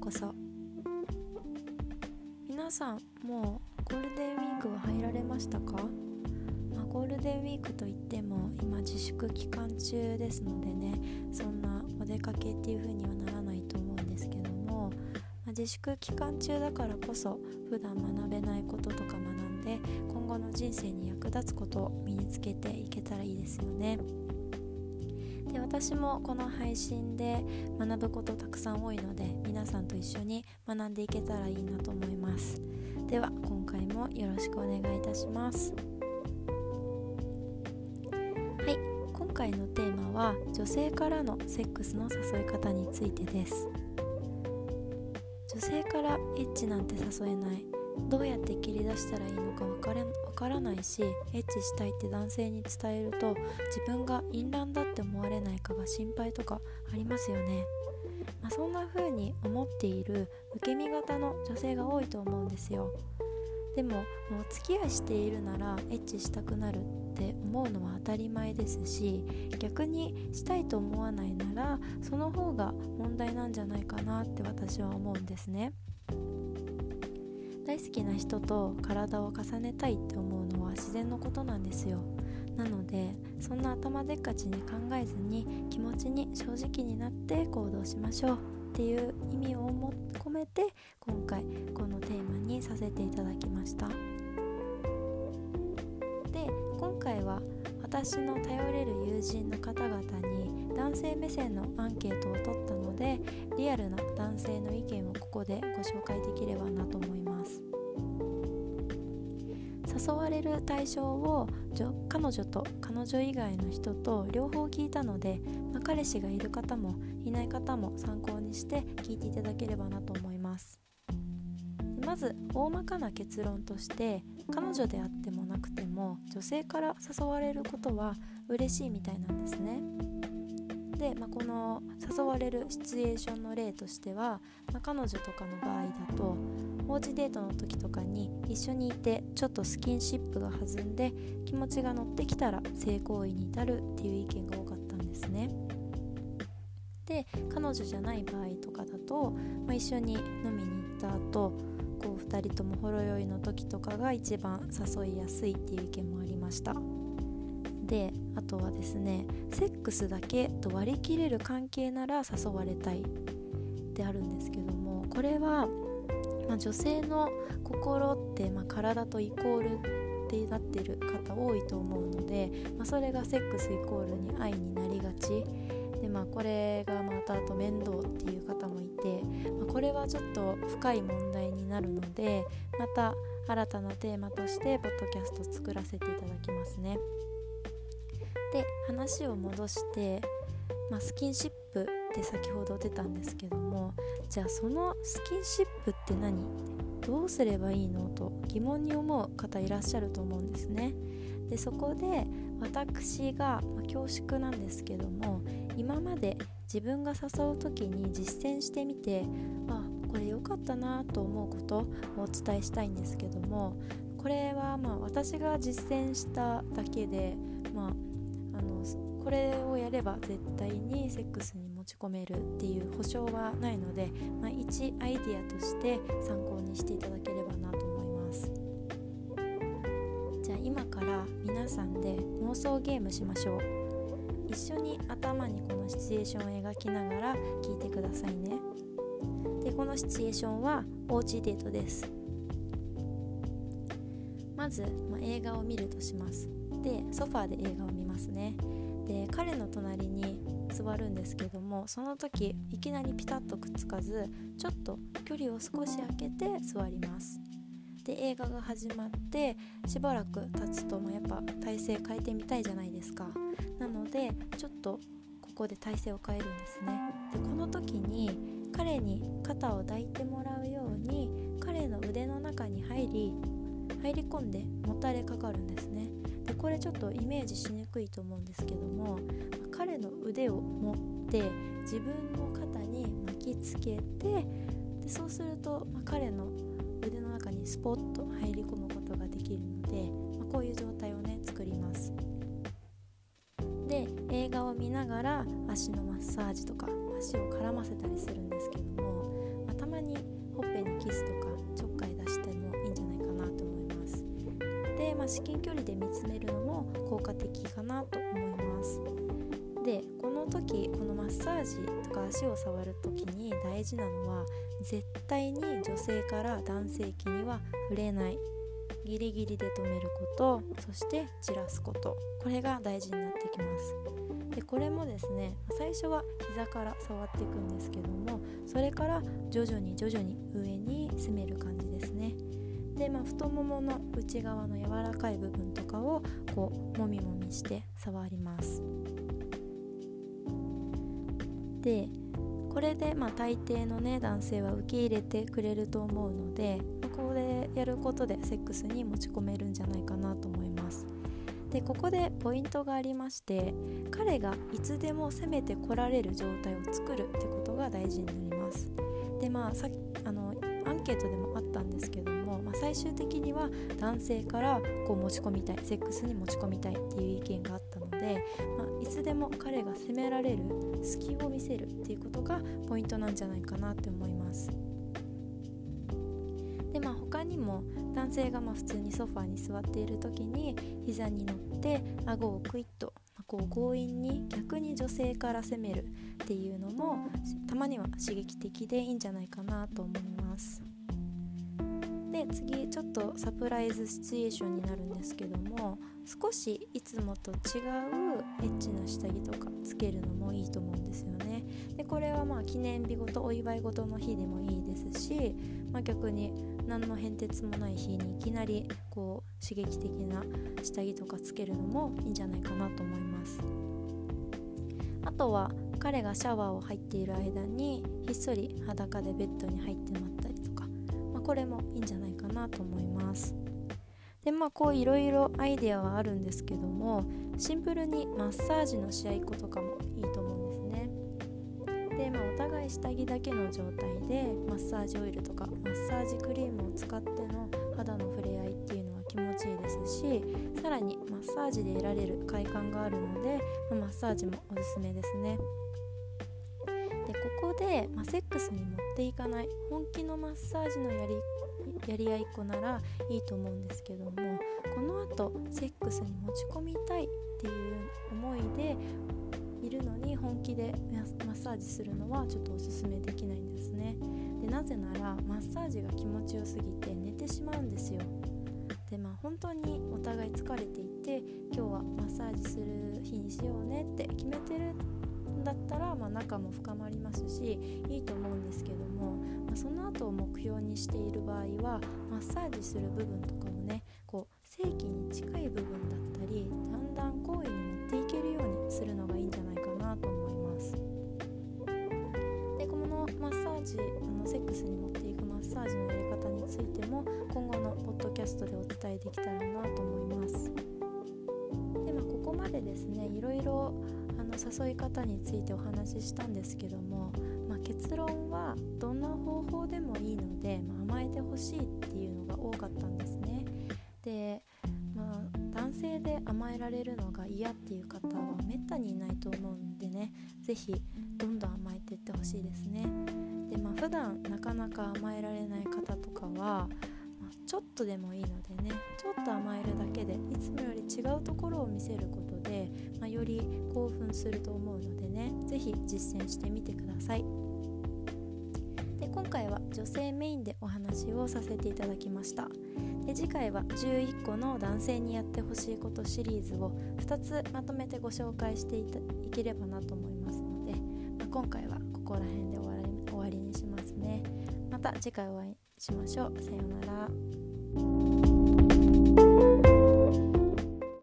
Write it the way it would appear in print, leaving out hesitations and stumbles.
こそ。皆さんもうゴールデンウィークは入られましたか？ゴールデンウィークといっても今自粛期間中ですのでね、そんなお出かけっていう風にはならないと思うんですけども、自粛期間中だからこそ普段学べないこととか学んで今後の人生に役立つことを身につけていけたらいいですよね。で、私もこの配信で学ぶことたくさん多いので、皆さんと一緒に学んでいけたらいいなと思います。では今回もよろしくお願いいたします。はい、今回のテーマは女性からのセックスの誘い方についてです。女性からエッチなんて誘えない、どうやって切り出したらいいのかわからないし、エッチしたいって男性に伝えると自分が淫乱だって思われないかが心配とかありますよね。そんな風に思っている受け身型の女性が多いと思うんですよ。でも、お付き合いしているならエッチしたくなるって思うのは当たり前ですし、逆にしたいと思わないならその方が問題なんじゃないかなって私は思うんですね。大好きな人と体を重ねたいって思うのは自然のことなんですよ。なのでそんな頭でっかちに考えずに気持ちに正直になって行動しましょうっていう意味を込めて今回このテーマにさせていただきました。で、今回は私の頼れる友人の方々に男性目線のアンケートを取ったので、リアルな男性の意見をここでご紹介できればなと思います。誘われる対象を彼女と彼女以外の人と両方聞いたので、彼氏がいる方もいない方も参考にして聞いていただければなと思います。まず大まかな結論として、彼女であってもなくても女性から誘われることは嬉しいみたいなんですね。で、この誘われるシチュエーションの例としては、彼女とかの場合だとおうちデートの時とかに一緒にいてちょっとスキンシップが弾んで気持ちが乗ってきたら性行為に至るっていう意見が多かったんですね。で、彼女じゃない場合とかだと、一緒に飲みに行った後2人ともほろ酔いの時とかが一番誘いやすいっていう意見もありました。で、あとはですね、セックスだけと割り切れる関係なら誘われたいってあるんですけども、これは、女性の心って、体とイコールってなってる方多いと思うので、それがセックスイコールに愛になりがちで、これがまたあと面倒っていう方もいて、これはちょっと深い問題になるので、また新たなテーマとしてポッドキャストを作らせていただきますね。で、話を戻して、スキンシップって先ほど出たんですけども、じゃあそのスキンシップって何？どうすればいいのと疑問に思う方いらっしゃると思うんですね。で、そこで私が、恐縮なんですけども、今まで自分が誘う時に実践してみて、これ良かったなと思うことをお伝えしたいんですけども、これは私が実践しただけで、これをやれば絶対にセックスに持ち込めるっていう保証はないので、一アイディアとして参考にしていただければなと思います。じゃあ今から皆さんで妄想ゲームしましょう。一緒に頭にこのシチュエーションを描きながら聞いてくださいね。で、このシチュエーションはおうちデートです。まず、映画を見るとします。で、ソファーで映画を見ますね。で、彼の隣に座るんですけども、その時いきなりピタッとくっつかず、ちょっと距離を少し空けて座ります。で、映画が始まってしばらく経つと、やっぱ体勢変えてみたいじゃないですか。なのでちょっとここで体勢を変えるんですね。で、この時に彼に肩を抱いてもらうように彼の腕の中に入り込んでもたれかかるんですね。で、これちょっとイメージしにくいと思うんですけども、彼の腕を持って自分の肩に巻きつけて、でそうすると、彼の腕の中にスポッと入り込むことができるので、こういう状態をね作ります。で、映画を見ながら足のマッサージとか足を絡ませたりするんですけども、たまににほっぺにキスとかちょっかい出してもいいんじゃないかなと思います。で、至近距離で見つめるのも効果的かなと思います。で、この時、このマッサージとか足を触る時に大事なのは、絶対に女性から男性器には触れない、ギリギリで止めること、そしてじらすこと、これが大事になってきます。で、これもですね、最初は膝から触っていくんですけども、それから徐々に上に攻める感じですね。で、太ももの内側の柔らかい部分とかをこうもみもみして触ります。で、これで大抵のね、男性は受け入れてくれると思うので、これやることでセックスに持ち込めるんじゃないかなと思います。で、ここでポイントがありまして、彼がいつでも攻めてこられる状態を作るってことが大事になります。で、さっきアンケートでもあったんですけども、最終的には男性からこう持ち込みたい、セックスに持ち込みたいっていう意見があったので、いつでも彼が攻められる隙を見せるっていうことがポイントなんじゃないかなって思います。で、他にも男性が普通にソファーに座っている時に膝に乗って顎をクイッとこう強引に逆に女性から攻めるっていうのもたまには刺激的でいいんじゃないかなと思います。で、次ちょっとサプライズシチュエーションになるんですけども、少しいつもと違うエッチな下着とかつけるのもいいと思うんですよね。で、これは記念日ごと、お祝い事の日でもいいですし、逆に何の変哲もない日にいきなりこう刺激的な下着とかつけるのもいいんじゃないかなと思います。あとは彼がシャワーを入っている間にひっそり裸でベッドに入って待ったりとか、これもいいんじゃないかなと思います。で、こういろいろアイデアはあるんですけども、シンプルにマッサージのし合い子とかもいいと思うんですね。で、お互い下着だけの状態でマッサージオイルとかマッサージクリームを使っての肌の触れ合いっていうのは気持ちいいですし、さらにマッサージで得られる快感があるので、マッサージもおすすめですね。で、ここで、セックスに持っていかない本気のマッサージのやり合いっこならいいと思うんですけども、この後セックスに持ち込みたいっていう思いでいるのに本気でマッサージするのはちょっとおすすめできないんですね。で、なぜならマッサージが気持ちよすぎて寝てしまうんですよ。で、本当にお互い疲れていて、今日はマッサージする日にしようねって決めてるんだったら、仲も深まりますしいいと思うんですけども、その後を目標にしている場合はマッサージする部分とかもね、こう性器に近い部分だったり、だんだん行為に持っていけるようにするのがいいんじゃないかなと思います。で、このマッサージ、セックスに持っていくマッサージのやり方についても今後のポッドキャストでお伝えできたらなと思います。で、ここまでですね、いろいろ誘い方についてお話ししたんですけども、結論はどんな方法でもいいので、甘えてほしいっていうのが多かったんですね。で、男性で甘えられるのが嫌っていう方はめったにいないと思うんでね、ぜひどんどん甘えていってほしいですね。で、普段なかなか甘えられない方とかは、ちょっとでもいいのでね、ちょっと甘えるだけでいつもより違うところを見せることで、より興奮すると思うのでね、ぜひ実践してみてください。で、今回は女性メインでお話をさせていただきました。で、次回は11個の男性にやってほしいことシリーズを2つまとめてご紹介していければなと思いますので、今回はここら辺で終わりにしますね。また次回お会いしましょう。さようなら。